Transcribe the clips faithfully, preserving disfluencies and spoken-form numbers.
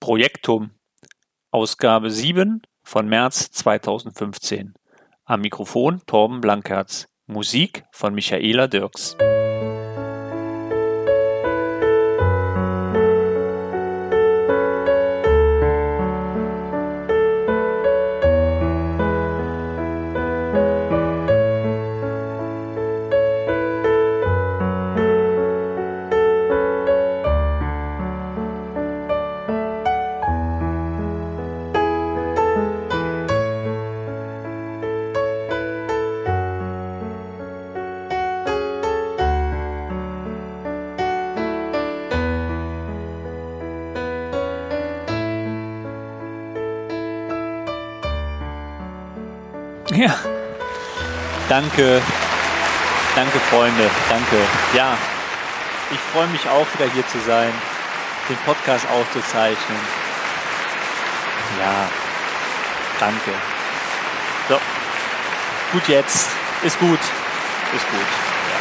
Projektum, Ausgabe sieben von März zweitausendfünfzehn. Am Mikrofon Torben Blankertz. Musik von Michaela Dirks. Ja, danke, danke Freunde, danke. Ja, ich freue mich auch wieder hier zu sein, den Podcast aufzuzeichnen. Ja, danke. So, gut jetzt, ist gut, ist gut.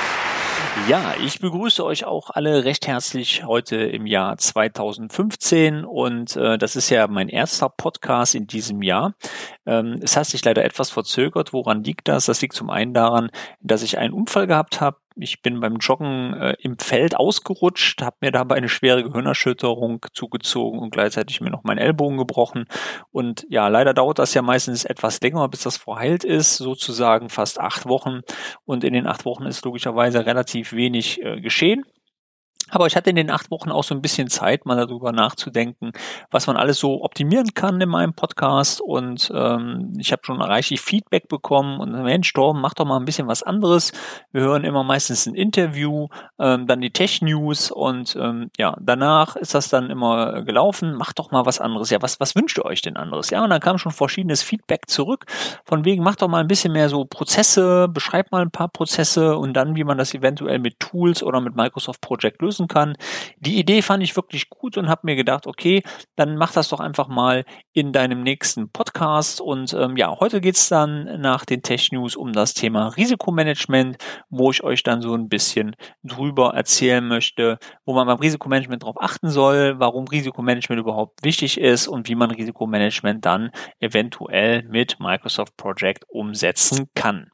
Ja, ich begrüße euch auch alle recht herzlich heute im Jahr zweitausendfünfzehn und äh, das ist ja mein erster Podcast in diesem Jahr. Ähm, es hat sich leider etwas verzögert. Woran liegt das? Das liegt zum einen daran, dass ich einen Unfall gehabt habe. Ich bin beim Joggen äh, im Feld ausgerutscht, habe mir dabei eine schwere Gehirnerschütterung zugezogen und gleichzeitig mir noch meinen Ellbogen gebrochen. Und ja, leider dauert das ja meistens etwas länger, bis das verheilt ist, sozusagen fast acht Wochen. Und in den acht Wochen ist logischerweise relativ wenig äh, geschehen. Aber ich hatte in den acht Wochen auch so ein bisschen Zeit, mal darüber nachzudenken, was man alles so optimieren kann in meinem Podcast. Und ähm, ich habe schon reichlich Feedback bekommen. Und Mensch, Torben, mach doch mal ein bisschen was anderes. Wir hören immer meistens ein Interview, ähm, dann die Tech-News. Und ähm, ja, danach ist das dann immer gelaufen. Mach doch mal was anderes. Ja, was was wünscht ihr euch denn anderes? Ja, und dann kam schon verschiedenes Feedback zurück. Von wegen, mach doch mal ein bisschen mehr so Prozesse, beschreib mal ein paar Prozesse und dann, wie man das eventuell mit Tools oder mit Microsoft Project lösen kann. Die Idee fand ich wirklich gut und habe mir gedacht, okay, dann mach das doch einfach mal in deinem nächsten Podcast. Und ähm, ja, heute geht's dann nach den Tech News um das Thema Risikomanagement, wo ich euch dann so ein bisschen drüber erzählen möchte, wo man beim Risikomanagement darauf achten soll, warum Risikomanagement überhaupt wichtig ist und wie man Risikomanagement dann eventuell mit Microsoft Project umsetzen kann.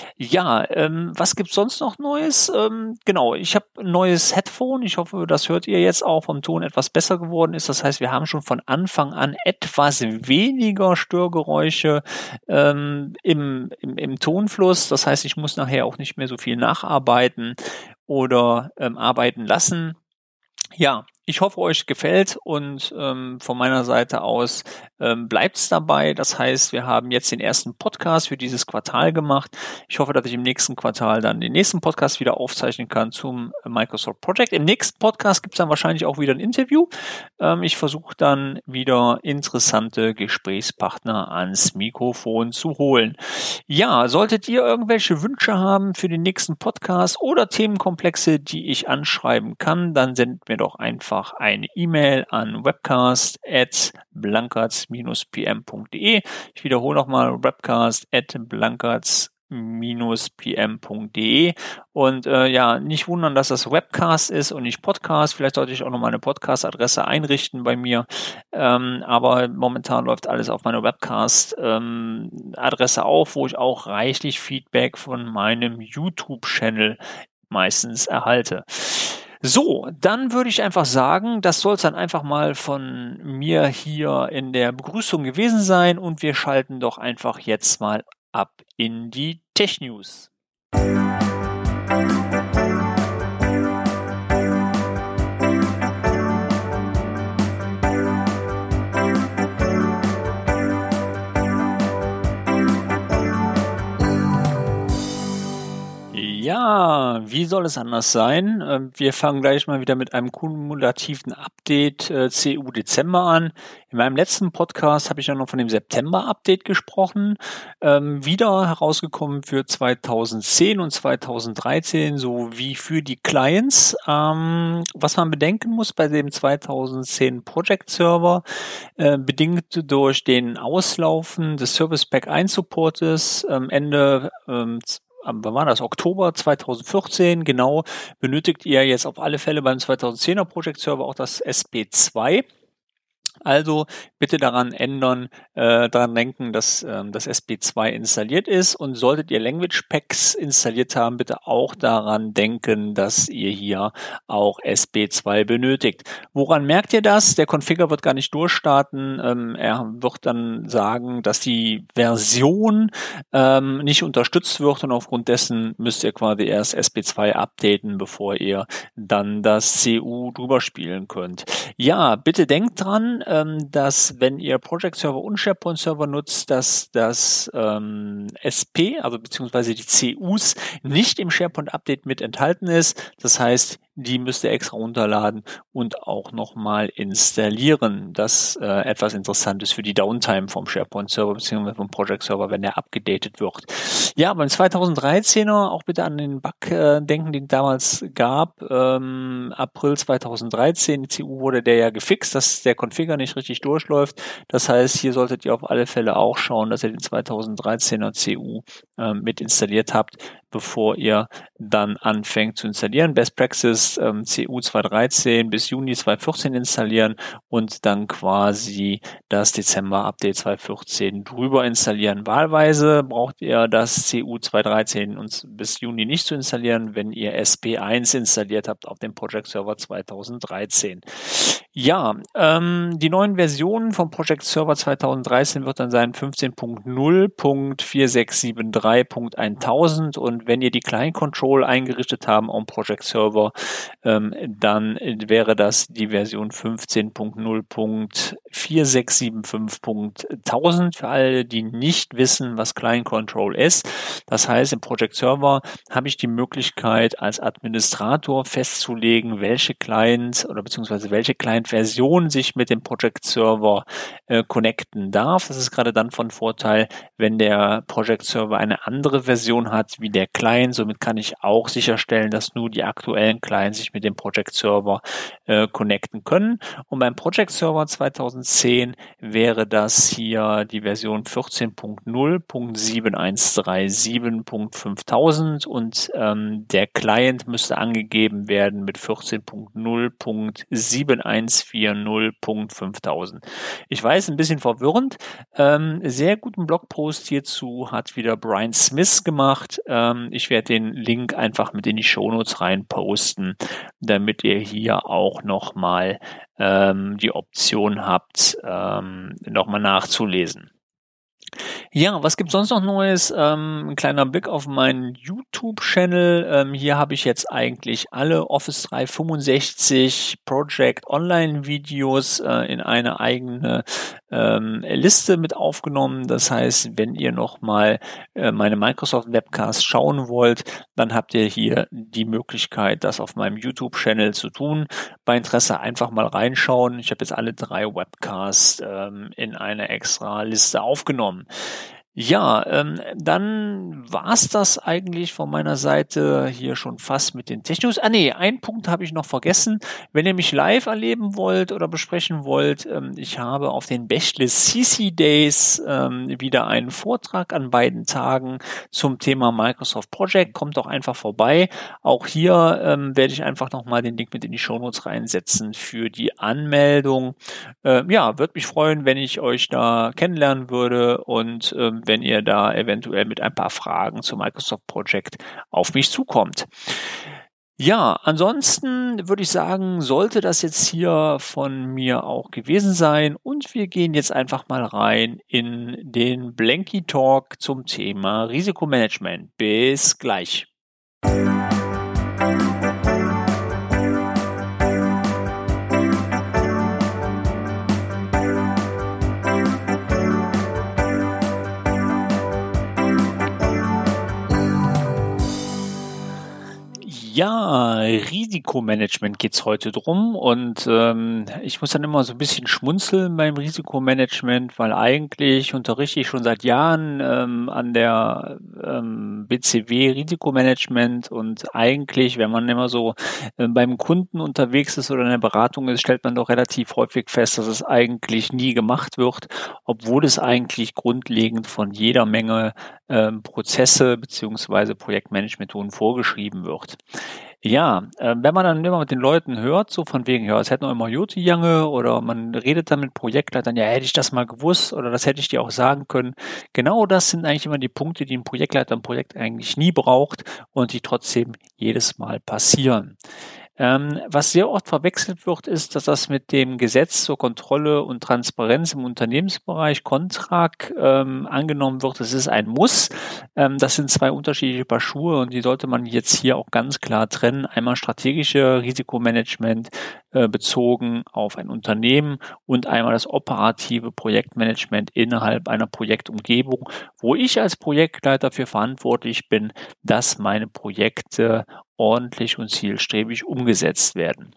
Ja, ähm, was gibt's sonst noch Neues? Ähm, genau, ich habe ein neues Headphone. Ich hoffe, das hört ihr jetzt auch vom Ton etwas besser geworden ist. Das heißt, wir haben schon von Anfang an etwas weniger Störgeräusche ähm, im, im, im Tonfluss. Das heißt, ich muss nachher auch nicht mehr so viel nacharbeiten oder ähm, arbeiten lassen. Ja, ich hoffe, euch gefällt und ähm, von meiner Seite aus ähm, bleibt's dabei. Das heißt, wir haben jetzt den ersten Podcast für dieses Quartal gemacht. Ich hoffe, dass ich im nächsten Quartal dann den nächsten Podcast wieder aufzeichnen kann zum Microsoft Project. Im nächsten Podcast gibt's dann wahrscheinlich auch wieder ein Interview. Ähm, ich versuche dann wieder interessante Gesprächspartner ans Mikrofon zu holen. Ja, solltet ihr irgendwelche Wünsche haben für den nächsten Podcast oder Themenkomplexe, die ich anschreiben kann, dann sendet mir doch einfach eine E-Mail an webcast at blankertz dash p m punkt d e. Ich wiederhole nochmal webcast at blankertz dash p m punkt d e und äh, ja, nicht wundern, dass das Webcast ist und nicht Podcast. Vielleicht sollte ich auch noch mal eine Podcast-Adresse einrichten bei mir, ähm, aber momentan läuft alles auf meiner Webcast-Adresse ähm, auf, wo ich auch reichlich Feedback von meinem YouTube-Channel meistens erhalte. So, dann würde ich einfach sagen, das soll es dann einfach mal von mir hier in der Begrüßung gewesen sein und wir schalten doch einfach jetzt mal ab in die Tech News. Ja, wie soll es anders sein? Wir fangen gleich mal wieder mit einem kumulativen Update äh, C U Dezember an. In meinem letzten Podcast habe ich ja noch von dem September-Update gesprochen. Ähm, wieder herausgekommen für zweitausendzehn und zweitausenddreizehn sowie für die Clients. Ähm, was man bedenken muss bei dem zweitausendzehn Project Server, äh, bedingt durch den Auslaufen des Service Pack eins Supportes ähm, Ende ähm, wann war das? Oktober zweitausendvierzehn, genau, benötigt ihr jetzt auf alle Fälle beim zweitausendzehner Project Server auch das S P zwei. Also bitte daran ändern, äh, daran denken, dass ähm, das S P zwei installiert ist, und solltet ihr Language Packs installiert haben, bitte auch daran denken, dass ihr hier auch S P zwei benötigt. Woran merkt ihr das? Der Configure wird gar nicht durchstarten. Ähm, er wird dann sagen, dass die Version ähm, nicht unterstützt wird, und aufgrund dessen müsst ihr quasi erst S P zwei updaten, bevor ihr dann das C U drüber spielen könnt. Ja, bitte denkt dran, ähm, dass wenn ihr Project Server und SharePoint Server nutzt, dass das ähm, S P, also beziehungsweise die C Us, nicht im SharePoint Update mit enthalten ist. Das heißt, die müsst ihr extra runterladen und auch nochmal installieren. Das äh, etwas Interessantes für die Downtime vom SharePoint Server beziehungsweise vom Project Server, wenn der abgedatet wird. Ja, beim zweitausenddreizehner auch bitte an den Bug äh, denken, den es damals gab. Ähm, April zweitausenddreizehn, die C U wurde der ja gefixt, dass der Configure nicht richtig durchläuft. Das heißt, hier solltet ihr auf alle Fälle auch schauen, dass ihr den zweitausenddreizehner C U äh, mit installiert habt, bevor ihr dann anfängt zu installieren. Best Practice ähm, C U zweitausenddreizehn bis Juni zweitausendvierzehn installieren und dann quasi das Dezember-Update zweitausendvierzehn drüber installieren. Wahlweise braucht ihr das C U zweitausenddreizehn und bis Juni nicht zu installieren, wenn ihr S P eins installiert habt auf dem Project Server zweitausenddreizehn. Ja, ähm, die neuen Versionen vom Project Server zweitausenddreizehn wird dann sein fünfzehn Punkt null Punkt vier sechs sieben drei Punkt tausend, und wenn ihr die Client Control eingerichtet haben am Project Server, ähm, dann wäre das die Version fünfzehn Punkt null Punkt vier sechs sieben fünf Punkt tausend für alle, die nicht wissen, was Client Control ist. Das heißt, im Project Server habe ich die Möglichkeit, als Administrator festzulegen, welche Client oder beziehungsweise welche Client-Version sich mit dem Project Server äh, connecten darf. Das ist gerade dann von Vorteil, wenn der Project Server eine andere Version hat wie der Client. Somit kann ich auch sicherstellen, dass nur die aktuellen Clients sich mit dem Project Server äh, connecten können. Und beim Project Server zweitausendzehn wäre das hier die Version vierzehn Punkt null Punkt sieben eins drei sieben Punkt fünftausend, und ähm, der Client müsste angegeben werden mit vierzehn Punkt null Punkt sieben eins vier null Punkt fünftausend. Ich weiß, ein bisschen verwirrend. Ähm, sehr guten Blogpost hierzu hat wieder Brian Smith gemacht. Ähm, ich werde den Link einfach mit in die Shownotes rein posten, damit ihr hier auch nochmal ähm, die Option habt, ähm, nochmal nachzulesen. Ja, was gibt's sonst noch Neues? Ähm, ein kleiner Blick auf meinen YouTube-Channel. Ähm, hier habe ich jetzt eigentlich alle Office dreihundertfünfundsechzig Project Online-Videos äh, in eine eigene ähm, Liste mit aufgenommen. Das heißt, wenn ihr nochmal äh, meine Microsoft Webcasts schauen wollt, dann habt ihr hier die Möglichkeit, das auf meinem YouTube-Channel zu tun. Bei Interesse einfach mal reinschauen. Ich habe jetzt alle drei Webcasts ähm, in eine extra Liste aufgenommen. Ja, ähm, dann war's das eigentlich von meiner Seite hier schon fast mit den Tech-News. Ah nee, einen Punkt habe ich noch vergessen. Wenn ihr mich live erleben wollt oder besprechen wollt, ähm, ich habe auf den Bächle C C Days ähm, wieder einen Vortrag an beiden Tagen zum Thema Microsoft Project. Kommt doch einfach vorbei. Auch hier ähm, werde ich einfach nochmal den Link mit in die Shownotes reinsetzen für die Anmeldung. Äh, ja, würde mich freuen, wenn ich euch da kennenlernen würde und ähm, wenn ihr da eventuell mit ein paar Fragen zum Microsoft Project auf mich zukommt. Ja, ansonsten würde ich sagen, sollte das jetzt hier von mir auch gewesen sein, und wir gehen jetzt einfach mal rein in den Blanky Talk zum Thema Risikomanagement. Bis gleich. Ja, Risikomanagement geht's heute drum, und ähm, ich muss dann immer so ein bisschen schmunzeln beim Risikomanagement, weil eigentlich unterrichte ich schon seit Jahren ähm, an der ähm, B C W Risikomanagement, und eigentlich, wenn man immer so äh, beim Kunden unterwegs ist oder in der Beratung ist, stellt man doch relativ häufig fest, dass es eigentlich nie gemacht wird, obwohl es eigentlich grundlegend von jeder Menge ähm, Prozesse beziehungsweise Projektmanagementmethoden vorgeschrieben wird. Ja, äh, wenn man dann immer mit den Leuten hört, so von wegen, ja, es hätte noch immer Jute Jange oder man redet dann mit Projektleitern, ja, hätte ich das mal gewusst oder das hätte ich dir auch sagen können. Genau das sind eigentlich immer die Punkte, die ein Projektleiter im Projekt eigentlich nie braucht und die trotzdem jedes Mal passieren. Ähm, was sehr oft verwechselt wird, ist, dass das mit dem Gesetz zur Kontrolle und Transparenz im Unternehmensbereich Kontrag ähm, angenommen wird. Das ist ein Muss. Ähm, das sind zwei unterschiedliche Paar Schuhe und die sollte man jetzt hier auch ganz klar trennen. Einmal strategische Risikomanagement äh, bezogen auf ein Unternehmen und einmal das operative Projektmanagement innerhalb einer Projektumgebung, wo ich als Projektleiter dafür verantwortlich bin, dass meine Projekte ordentlich und zielstrebig umgesetzt werden.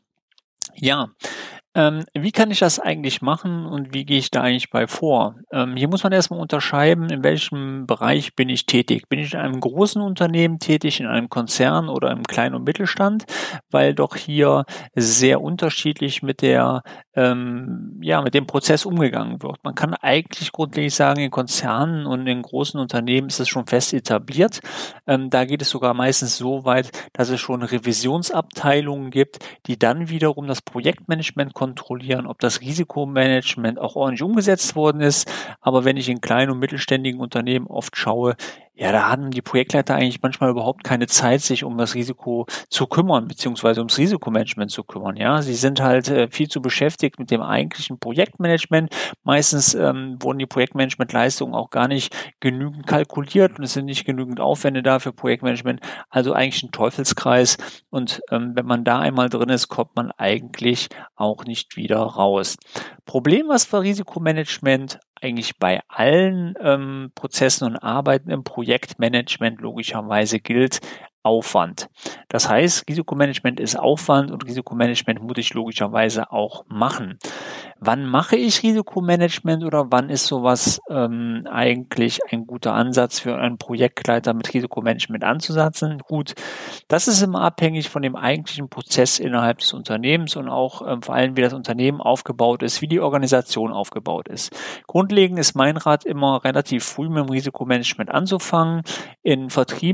Ja, ähm, wie kann ich das eigentlich machen und wie gehe ich da eigentlich bei vor? Ähm, hier muss man erstmal unterscheiden, in welchem Bereich bin ich tätig. Bin ich in einem großen Unternehmen tätig, in einem Konzern oder im Klein- und Mittelstand, weil doch hier sehr unterschiedlich mit der, ähm, ja, mit dem Prozess umgegangen wird. Man kann eigentlich grundlegend sagen, in Konzernen und in großen Unternehmen ist es schon fest etabliert. Ähm, da geht es sogar meistens so weit, dass es schon Revisionsabteilungen gibt, die dann wiederum das Projektmanagement kontrollieren, ob das Risikomanagement auch ordentlich umgesetzt worden ist. Aber wenn ich in kleinen und mittelständigen Unternehmen oft schaue, ja, da haben die Projektleiter eigentlich manchmal überhaupt keine Zeit, sich um das Risiko zu kümmern, beziehungsweise ums Risikomanagement zu kümmern. Ja, sie sind halt äh, viel zu beschäftigt mit dem eigentlichen Projektmanagement. Meistens ähm, wurden die Projektmanagementleistungen auch gar nicht genügend kalkuliert und es sind nicht genügend Aufwände da für Projektmanagement. Also eigentlich ein Teufelskreis. Und ähm, wenn man da einmal drin ist, kommt man eigentlich auch nicht wieder raus. Problem, was für Risikomanagement eigentlich bei allen ähm, Prozessen und Arbeiten im Projektmanagement logischerweise gilt, Aufwand. Das heißt, Risikomanagement ist Aufwand und Risikomanagement muss ich logischerweise auch machen. Wann mache ich Risikomanagement oder wann ist sowas ähm, eigentlich ein guter Ansatz für einen Projektleiter mit Risikomanagement anzusetzen? Gut, das ist immer abhängig von dem eigentlichen Prozess innerhalb des Unternehmens und auch ähm, vor allem, wie das Unternehmen aufgebaut ist, wie die Organisation aufgebaut ist. Grundlegend ist mein Rat immer relativ früh mit dem Risikomanagement anzufangen, in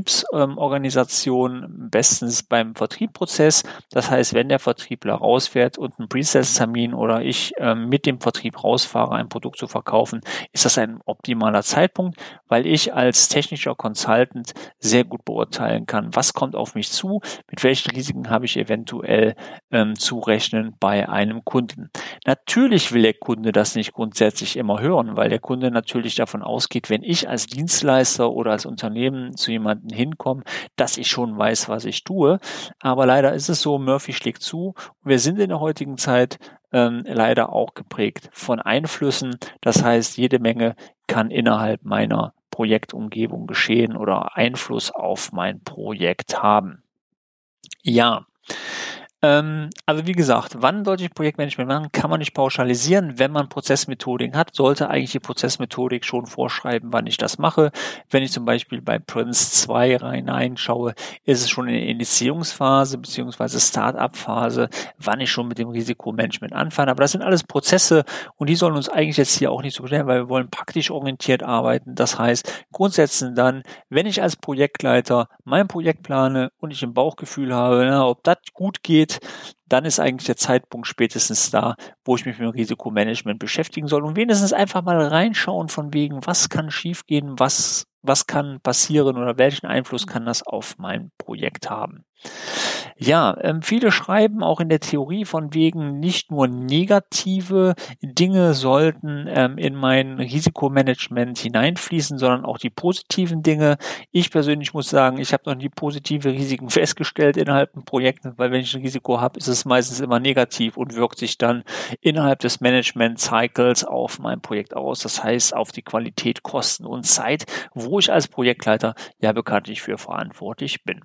Vertriebsorganisationen, ähm, bestens beim Vertriebprozess. Das heißt, wenn der Vertriebler rausfährt und einen Pre-Sales-Termin oder ich ähm, mit dem Vertrieb rausfahre, ein Produkt zu verkaufen, ist das ein optimaler Zeitpunkt, weil ich als technischer Consultant sehr gut beurteilen kann, was kommt auf mich zu, mit welchen Risiken habe ich eventuell ähm, zu rechnen bei einem Kunden. Natürlich will der Kunde das nicht grundsätzlich immer hören, weil der Kunde natürlich davon ausgeht, wenn ich als Dienstleister oder als Unternehmen zu jemandem hinkomme, dass ich schon weiß, was ich tue. Aber leider ist es so, Murphy schlägt zu. Wir sind in der heutigen Zeit ähm, leider auch geprägt von Einflüssen. Das heißt, jede Menge kann innerhalb meiner Projektumgebung geschehen oder Einfluss auf mein Projekt haben. Ja. Ähm, also wie gesagt, wann sollte ich Projektmanagement machen, kann man nicht pauschalisieren. Wenn man Prozessmethodik hat, sollte eigentlich die Prozessmethodik schon vorschreiben, wann ich das mache. Wenn ich zum Beispiel bei Prince zwei hineinschaue, ist es schon in der Initiierungsphase bzw. Start-up-Phase, wann ich schon mit dem Risikomanagement anfange. Aber das sind alles Prozesse und die sollen uns eigentlich jetzt hier auch nicht so beschäftigen, weil wir wollen praktisch orientiert arbeiten. Das heißt, grundsätzlich dann, wenn ich als Projektleiter mein Projekt plane und ich im Bauchgefühl habe, na, ob das gut geht, dann ist eigentlich der Zeitpunkt spätestens da, wo ich mich mit dem Risikomanagement beschäftigen soll und wenigstens einfach mal reinschauen von wegen, was kann schiefgehen, was, was kann passieren oder welchen Einfluss kann das auf mein Projekt haben. Ja, ähm, viele schreiben auch in der Theorie von wegen, nicht nur negative Dinge sollten ähm, in mein Risikomanagement hineinfließen, sondern auch die positiven Dinge. Ich persönlich muss sagen, ich habe noch nie positive Risiken festgestellt innerhalb von Projekten, weil wenn ich ein Risiko habe, ist es meistens immer negativ und wirkt sich dann innerhalb des Management-Cycles auf mein Projekt aus. Das heißt, auf die Qualität, Kosten und Zeit, wo ich als Projektleiter ja bekanntlich für verantwortlich bin.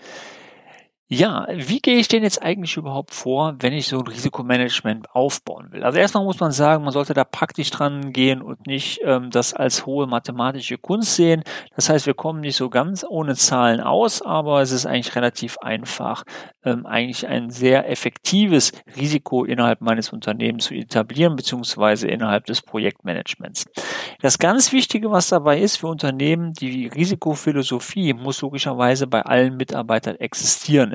Ja, wie gehe ich denn jetzt eigentlich überhaupt vor, wenn ich so ein Risikomanagement aufbauen will? Also erstmal muss man sagen, man sollte da praktisch dran gehen und nicht ähm, das als hohe mathematische Kunst sehen. Das heißt, wir kommen nicht so ganz ohne Zahlen aus, aber es ist eigentlich relativ einfach, ähm, eigentlich ein sehr effektives Risiko innerhalb meines Unternehmens zu etablieren, beziehungsweise innerhalb des Projektmanagements. Das ganz Wichtige, was dabei ist für Unternehmen, die Risikophilosophie muss logischerweise bei allen Mitarbeitern existieren.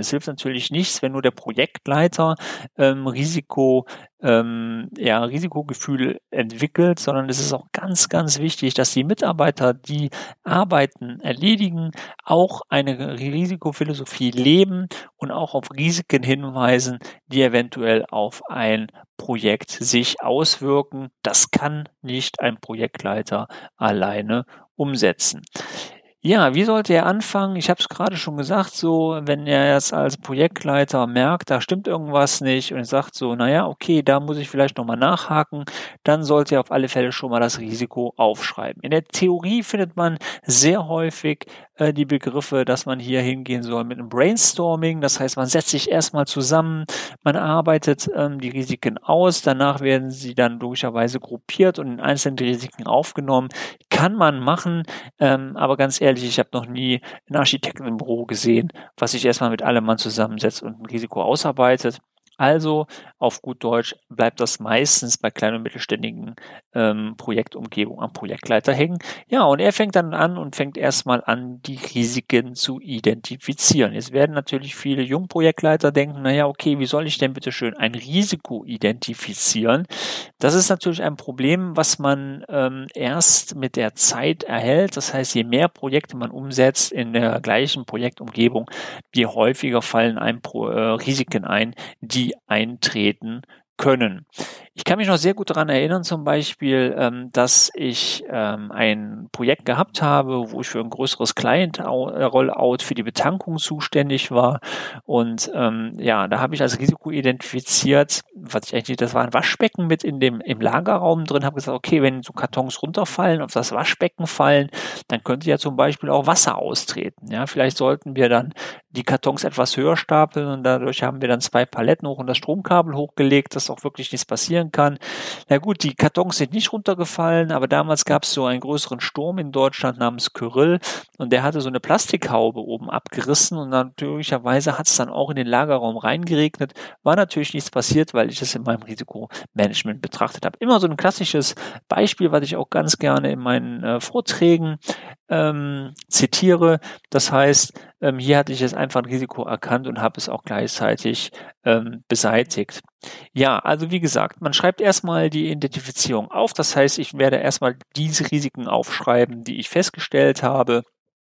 Es hilft natürlich nichts, wenn nur der Projektleiter ähm, Risiko, ähm, ja, Risikogefühl entwickelt, sondern es ist auch ganz, ganz wichtig, dass die Mitarbeiter, die Arbeiten erledigen, auch eine Risikophilosophie leben und auch auf Risiken hinweisen, die eventuell auf ein Projekt sich auswirken. Das kann nicht ein Projektleiter alleine umsetzen. Ja, wie sollte er anfangen? Ich habe es gerade schon gesagt, so, wenn er jetzt als Projektleiter merkt, da stimmt irgendwas nicht und er sagt so, naja, okay, da muss ich vielleicht nochmal nachhaken, dann sollte er auf alle Fälle schon mal das Risiko aufschreiben. In der Theorie findet man sehr häufig äh, die Begriffe, dass man hier hingehen soll mit einem Brainstorming, das heißt, man setzt sich erstmal zusammen, man arbeitet ähm, die Risiken aus, danach werden sie dann logischerweise gruppiert und in einzelnen Risiken aufgenommen. Kann man machen, ähm, aber ganz ehrlich, ich habe noch nie einen Architekten im Büro gesehen, was sich erstmal mit allem Mann zusammensetzt und ein Risiko ausarbeitet. Also auf gut Deutsch bleibt das meistens bei kleinen und mittelständigen ähm, Projektumgebungen am Projektleiter hängen. Ja, und er fängt dann an und fängt erstmal an, die Risiken zu identifizieren. Jetzt werden natürlich viele Jungprojektleiter denken, naja, okay, wie soll ich denn bitte schön ein Risiko identifizieren? Das ist natürlich ein Problem, was man ähm, erst mit der Zeit erhält. Das heißt, je mehr Projekte man umsetzt in der gleichen Projektumgebung, je häufiger fallen einem Pro, äh, Risiken ein, die eintreten können. Ich kann mich noch sehr gut daran erinnern, zum Beispiel, ähm, dass ich ähm, ein Projekt gehabt habe, wo ich für ein größeres Client-Rollout für die Betankung zuständig war. Und ähm, ja, da habe ich als Risiko identifiziert, was ich eigentlich, das war ein Waschbecken mit in dem im Lagerraum drin, habe gesagt, okay, wenn so Kartons runterfallen, auf das Waschbecken fallen, dann könnte ja zum Beispiel auch Wasser austreten. Ja, vielleicht sollten wir dann die Kartons etwas höher stapeln und dadurch haben wir dann zwei Paletten hoch und das Stromkabel hochgelegt, dass auch wirklich nichts passieren kann. Na gut, die Kartons sind nicht runtergefallen, aber damals gab es so einen größeren Sturm in Deutschland namens Kyrill und der hatte so eine Plastikhaube oben abgerissen und natürlicherweise hat es dann auch in den Lagerraum reingeregnet. War natürlich nichts passiert, weil ich es in meinem Risikomanagement betrachtet habe. Immer so ein klassisches Beispiel, was ich auch ganz gerne in meinen äh, Vorträgen ähm, zitiere. Das heißt, ähm, hier hatte ich jetzt einfach ein Risiko erkannt und habe es auch gleichzeitig ähm, beseitigt. Ja, also wie gesagt, man schreibt erstmal die Identifizierung auf. Das heißt, ich werde erstmal diese Risiken aufschreiben, die ich festgestellt habe.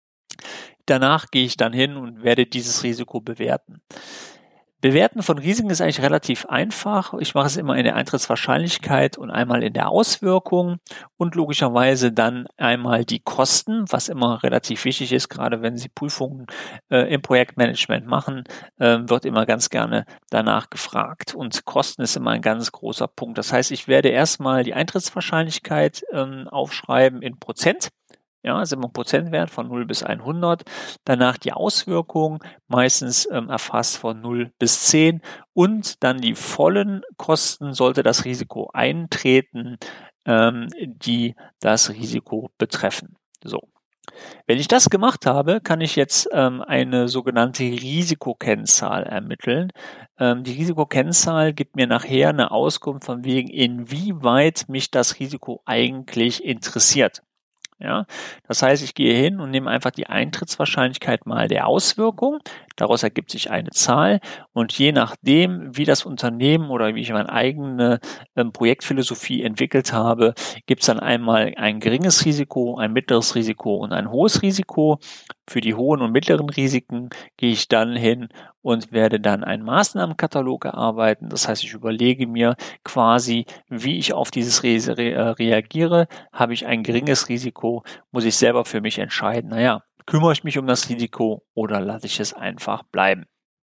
Danach gehe ich dann hin und werde dieses Risiko bewerten. Bewerten von Risiken ist eigentlich relativ einfach. Ich mache es immer in der Eintrittswahrscheinlichkeit und einmal in der Auswirkung und logischerweise dann einmal die Kosten, was immer relativ wichtig ist, gerade wenn Sie Prüfungen äh, im Projektmanagement machen, äh, wird immer ganz gerne danach gefragt. Und Kosten ist immer ein ganz großer Punkt. Das heißt, ich werde erstmal die Eintrittswahrscheinlichkeit ähm, aufschreiben in Prozent. Ja, ist immer ein Prozentwert von null bis hundert. Danach die Auswirkung, meistens ähm, erfasst von null bis zehn. Und dann die vollen Kosten, sollte das Risiko eintreten, ähm, die das Risiko betreffen. So. Wenn ich das gemacht habe, kann ich jetzt ähm, eine sogenannte Risikokennzahl ermitteln. Ähm, die Risikokennzahl gibt mir nachher eine Auskunft von wegen, inwieweit mich das Risiko eigentlich interessiert. Ja, das heißt, ich gehe hin und nehme einfach die Eintrittswahrscheinlichkeit mal der Auswirkung. Daraus ergibt sich eine Zahl und je nachdem, wie das Unternehmen oder wie ich meine eigene ähm, Projektphilosophie entwickelt habe, gibt es dann einmal ein geringes Risiko, ein mittleres Risiko und ein hohes Risiko. Für die hohen und mittleren Risiken gehe ich dann hin und werde dann einen Maßnahmenkatalog erarbeiten. Das heißt, ich überlege mir quasi, wie ich auf dieses Re- re- reagiere. Habe ich ein geringes Risiko, muss ich selber für mich entscheiden, naja, kümmere ich mich um das Risiko oder lasse ich es einfach bleiben.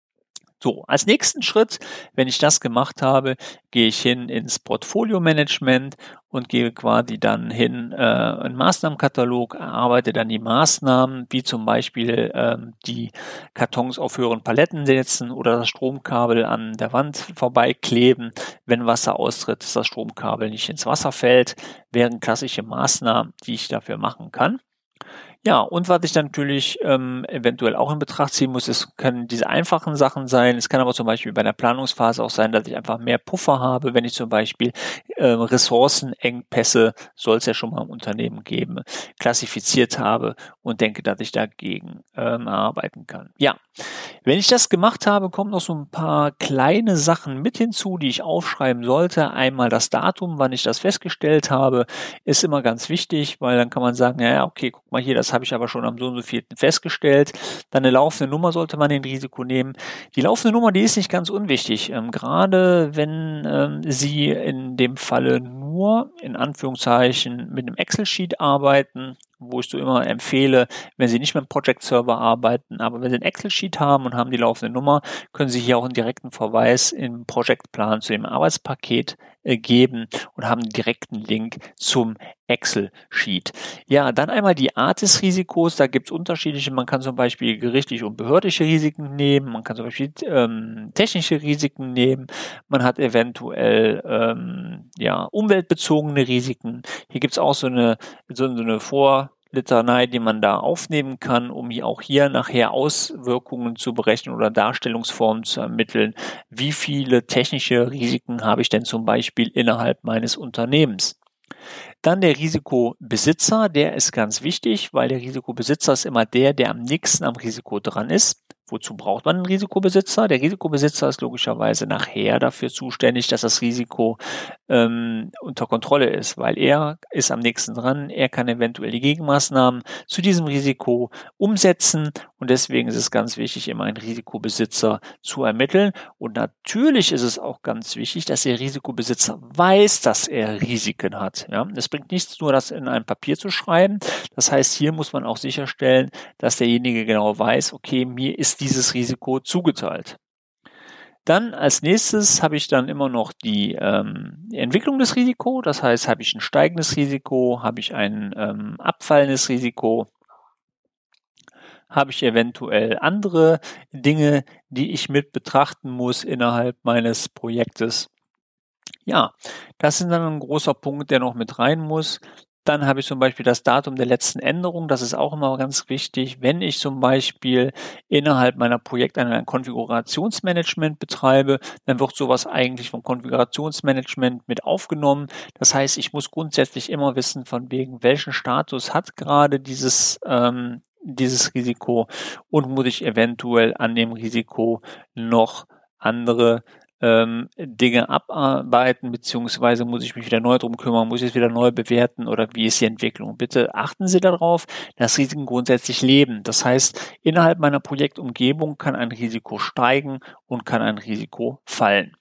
So, als nächsten Schritt, wenn ich das gemacht habe, gehe ich hin ins Portfolio-Management und gehe quasi dann hin äh, einen Maßnahmenkatalog, erarbeite dann die Maßnahmen, wie zum Beispiel ähm, die Kartons auf höheren Paletten setzen oder das Stromkabel an der Wand vorbeikleben. Wenn Wasser austritt, dass das Stromkabel nicht ins Wasser fällt, wären klassische Maßnahmen, die ich dafür machen kann. Ja, und was ich dann natürlich ähm, eventuell auch in Betracht ziehen muss, es können diese einfachen Sachen sein. Es kann aber zum Beispiel bei der Planungsphase auch sein, dass ich einfach mehr Puffer habe, wenn ich zum Beispiel äh, Ressourcenengpässe, soll es ja schon mal im Unternehmen geben, klassifiziert habe und denke, dass ich dagegen ähm, arbeiten kann. Ja, wenn ich das gemacht habe, kommen noch so ein paar kleine Sachen mit hinzu, die ich aufschreiben sollte. Einmal das Datum, wann ich das festgestellt habe, ist immer ganz wichtig, weil dann kann man sagen, ja, okay, guck mal hier, das habe ich aber schon am so und so vierten festgestellt. Dann eine laufende Nummer sollte man in Risiko nehmen. Die laufende Nummer, die ist nicht ganz unwichtig, ähm, gerade wenn ähm, Sie in dem Falle nur in Anführungszeichen mit einem Excel-Sheet arbeiten, wo ich so immer empfehle, wenn Sie nicht mit einem Project-Server arbeiten, aber wenn Sie ein Excel-Sheet haben und haben die laufende Nummer, können Sie hier auch einen direkten Verweis im Projektplan zu dem Arbeitspaket äh, geben und haben einen direkten Link zum Excel-Sheet. Ja, dann einmal die Art des Risikos, da gibt es unterschiedliche, man kann zum Beispiel gerichtliche und behördliche Risiken nehmen, man kann zum Beispiel ähm, technische Risiken nehmen, man hat eventuell ähm, ja, umweltbezogene Risiken. Hier gibt es auch so eine, so, so eine Vorlitanei, die man da aufnehmen kann, um hier auch hier nachher Auswirkungen zu berechnen oder Darstellungsformen zu ermitteln. Wie viele technische Risiken habe ich denn zum Beispiel innerhalb meines Unternehmens? Dann der Risikobesitzer, der ist ganz wichtig, weil der Risikobesitzer ist immer der, der am nächsten am Risiko dran ist. Wozu braucht man einen Risikobesitzer? Der Risikobesitzer ist logischerweise nachher dafür zuständig, dass das Risiko ähm, unter Kontrolle ist, weil er ist am nächsten dran, er kann eventuell die Gegenmaßnahmen zu diesem Risiko umsetzen und deswegen ist es ganz wichtig, immer einen Risikobesitzer zu ermitteln. Und natürlich ist es auch ganz wichtig, dass der Risikobesitzer weiß, dass er Risiken hat. Ja, es bringt nichts, nur das in einem Papier zu schreiben. Das heißt, hier muss man auch sicherstellen, dass derjenige genau weiß, okay, mir ist dieses Risiko zugeteilt. Dann als nächstes habe ich dann immer noch die ähm, Entwicklung des Risikos. Das heißt, habe ich ein steigendes Risiko, habe ich ein ähm, abfallendes Risiko, habe ich eventuell andere Dinge, die ich mit betrachten muss innerhalb meines Projektes. Ja, das ist dann ein großer Punkt, der noch mit rein muss. Dann habe ich zum Beispiel das Datum der letzten Änderung. Das ist auch immer ganz wichtig. Wenn ich zum Beispiel innerhalb meiner Projekte ein Konfigurationsmanagement betreibe, dann wird sowas eigentlich vom Konfigurationsmanagement mit aufgenommen. Das heißt, ich muss grundsätzlich immer wissen, von wegen welchen Status hat gerade dieses ähm, dieses Risiko und muss ich eventuell an dem Risiko noch andere ähm, Dinge abarbeiten, beziehungsweise muss ich mich wieder neu drum kümmern, muss ich es wieder neu bewerten oder wie ist die Entwicklung? Bitte achten Sie darauf, dass Risiken grundsätzlich leben. Das heißt, innerhalb meiner Projektumgebung kann ein Risiko steigen und kann ein Risiko fallen.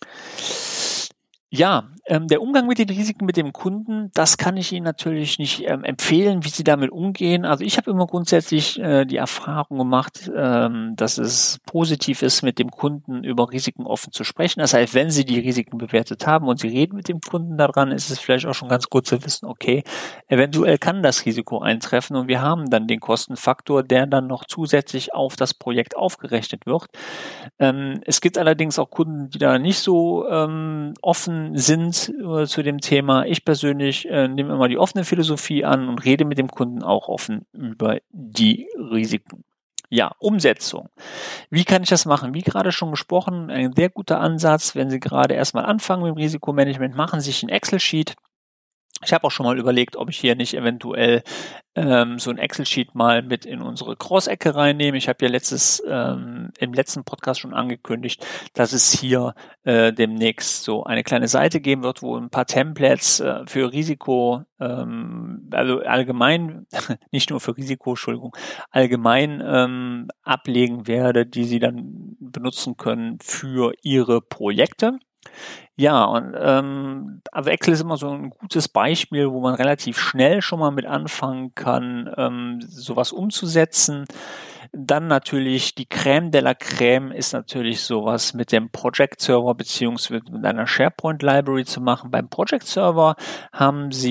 Ja, ähm, der Umgang mit den Risiken mit dem Kunden, das kann ich Ihnen natürlich nicht ähm, empfehlen, wie Sie damit umgehen. Also ich habe immer grundsätzlich äh, die Erfahrung gemacht, ähm, dass es positiv ist, mit dem Kunden über Risiken offen zu sprechen. Das heißt, wenn Sie die Risiken bewertet haben und Sie reden mit dem Kunden daran, ist es vielleicht auch schon ganz gut zu wissen, okay, eventuell kann das Risiko eintreffen und wir haben dann den Kostenfaktor, der dann noch zusätzlich auf das Projekt aufgerechnet wird. Ähm, es gibt allerdings auch Kunden, die da nicht so ähm, offen sind äh, zu dem Thema. Ich persönlich äh, nehme immer die offene Philosophie an und rede mit dem Kunden auch offen über die Risiken. Ja, Umsetzung. Wie kann ich das machen? Wie gerade schon gesprochen, ein sehr guter Ansatz, wenn Sie gerade erstmal anfangen mit dem Risikomanagement, machen Sie sich ein Excel-Sheet. Ich habe auch schon mal überlegt, ob ich hier nicht eventuell ähm, so ein Excel-Sheet mal mit in unsere Cross-Ecke reinnehme. Ich habe ja letztes ähm, im letzten Podcast schon angekündigt, dass es hier äh, demnächst so eine kleine Seite geben wird, wo ein paar Templates äh, für Risiko, ähm, also allgemein, nicht nur für Risiko, Entschuldigung, allgemein ähm, ablegen werde, die Sie dann benutzen können für Ihre Projekte. Ja, und ähm, also Excel ist immer so ein gutes Beispiel, wo man relativ schnell schon mal mit anfangen kann, ähm, sowas umzusetzen. Dann natürlich die Crème de la Crème ist natürlich sowas mit dem Project Server beziehungsweise mit einer SharePoint Library zu machen. Beim Project Server haben Sie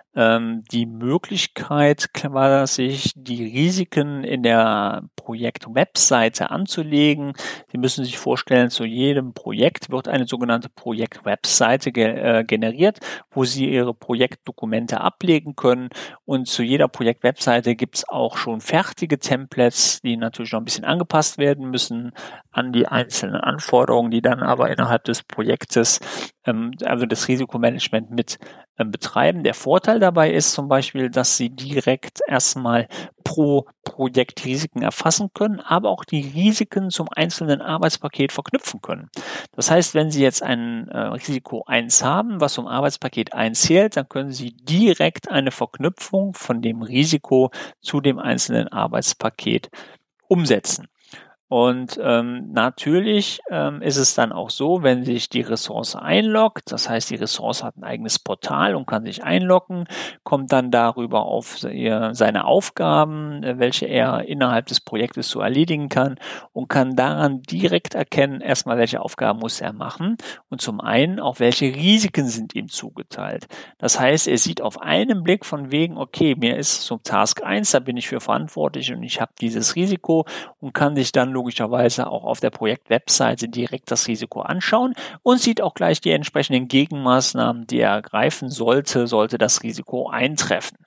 ähm, die Möglichkeit, sich die Risiken in der Projektwebseite anzulegen. Sie müssen sich vorstellen, zu jedem Projekt wird eine sogenannte Projektwebseite ge- äh, generiert, wo Sie Ihre Projektdokumente ablegen können. Und zu jeder Projektwebseite gibt es auch schon fertige Templates, die natürlich noch ein bisschen angepasst werden müssen an die einzelnen Anforderungen, die dann aber innerhalb des Projektes, ähm, also das Risikomanagement mit ähm, betreiben. Der Vorteil dabei ist zum Beispiel, dass Sie direkt erstmal pro Projekt Risiken erfassen können, aber auch die Risiken zum einzelnen Arbeitspaket verknüpfen können. Das heißt, wenn Sie jetzt ein äh, Risiko eins haben, was zum Arbeitspaket eins zählt, dann können Sie direkt eine Verknüpfung von dem Risiko zu dem einzelnen Arbeitspaket umsetzen. Und ähm, natürlich ähm, ist es dann auch so, wenn sich die Ressource einloggt, das heißt, die Ressource hat ein eigenes Portal und kann sich einloggen, kommt dann darüber auf ihr, seine Aufgaben, äh, welche er innerhalb des Projektes so erledigen kann und kann daran direkt erkennen, erstmal, welche Aufgaben muss er machen und zum einen auch, welche Risiken sind ihm zugeteilt. Das heißt, er sieht auf einen Blick von wegen, okay, mir ist so Task eins, da bin ich für verantwortlich und ich habe dieses Risiko und kann sich dann logischerweise auch auf der Projektwebseite direkt das Risiko anschauen und sieht auch gleich die entsprechenden Gegenmaßnahmen, die er ergreifen sollte, sollte das Risiko eintreffen.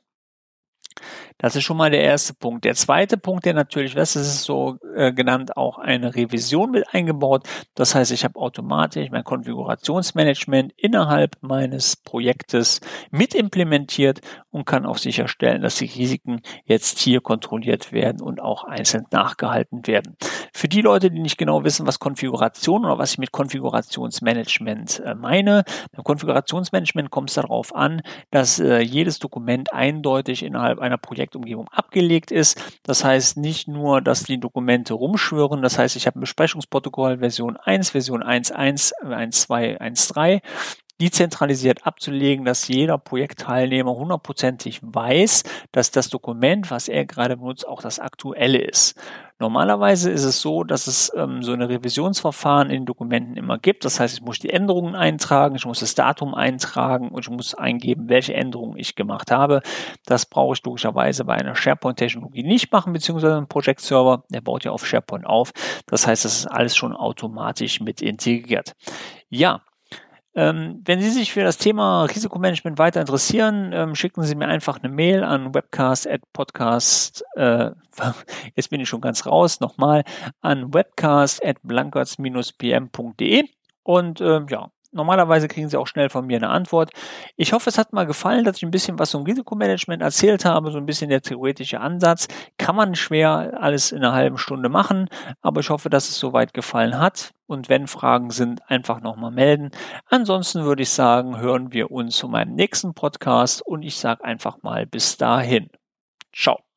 Das ist schon mal der erste Punkt. Der zweite Punkt, der natürlich, das ist so äh, genannt, auch eine Revision mit eingebaut. Das heißt, ich habe automatisch mein Konfigurationsmanagement innerhalb meines Projektes mit implementiert und kann auch sicherstellen, dass die Risiken jetzt hier kontrolliert werden und auch einzeln nachgehalten werden. Für die Leute, die nicht genau wissen, was Konfiguration oder was ich mit Konfigurationsmanagement äh, meine, beim Konfigurationsmanagement kommt es darauf an, dass äh, jedes Dokument eindeutig innerhalb einer Projektumgebung abgelegt ist. Das heißt nicht nur, dass die Dokumente rumschwirren. Das heißt, ich habe ein Besprechungsprotokoll Version eins, Version eins Punkt eins, eins Punkt zwei, eins Punkt drei, die zentralisiert abzulegen, dass jeder Projektteilnehmer hundertprozentig weiß, dass das Dokument, was er gerade benutzt, auch das aktuelle ist. Normalerweise ist es so, dass es ähm, so eine Revisionsverfahren in den Dokumenten immer gibt. Das heißt, ich muss die Änderungen eintragen, ich muss das Datum eintragen und ich muss eingeben, welche Änderungen ich gemacht habe. Das brauche ich logischerweise bei einer SharePoint-Technologie nicht machen, beziehungsweise ein Project-Server, der baut ja auf SharePoint auf. Das heißt, das ist alles schon automatisch mit integriert. Ja. Ähm, wenn Sie sich für das Thema Risikomanagement weiter interessieren, ähm, schicken Sie mir einfach eine Mail an webcast at podcast, äh, jetzt bin ich schon ganz raus, nochmal an webcast at blankertz dash p m punkt d e und äh, ja, normalerweise kriegen Sie auch schnell von mir eine Antwort. Ich hoffe, es hat mal gefallen, dass ich ein bisschen was zum Risikomanagement erzählt habe, so ein bisschen der theoretische Ansatz. Kann man schwer alles in einer halben Stunde machen, aber ich hoffe, dass es soweit gefallen hat. Und wenn Fragen sind, einfach nochmal melden. Ansonsten würde ich sagen, hören wir uns zu meinem nächsten Podcast und ich sage einfach mal bis dahin. Ciao.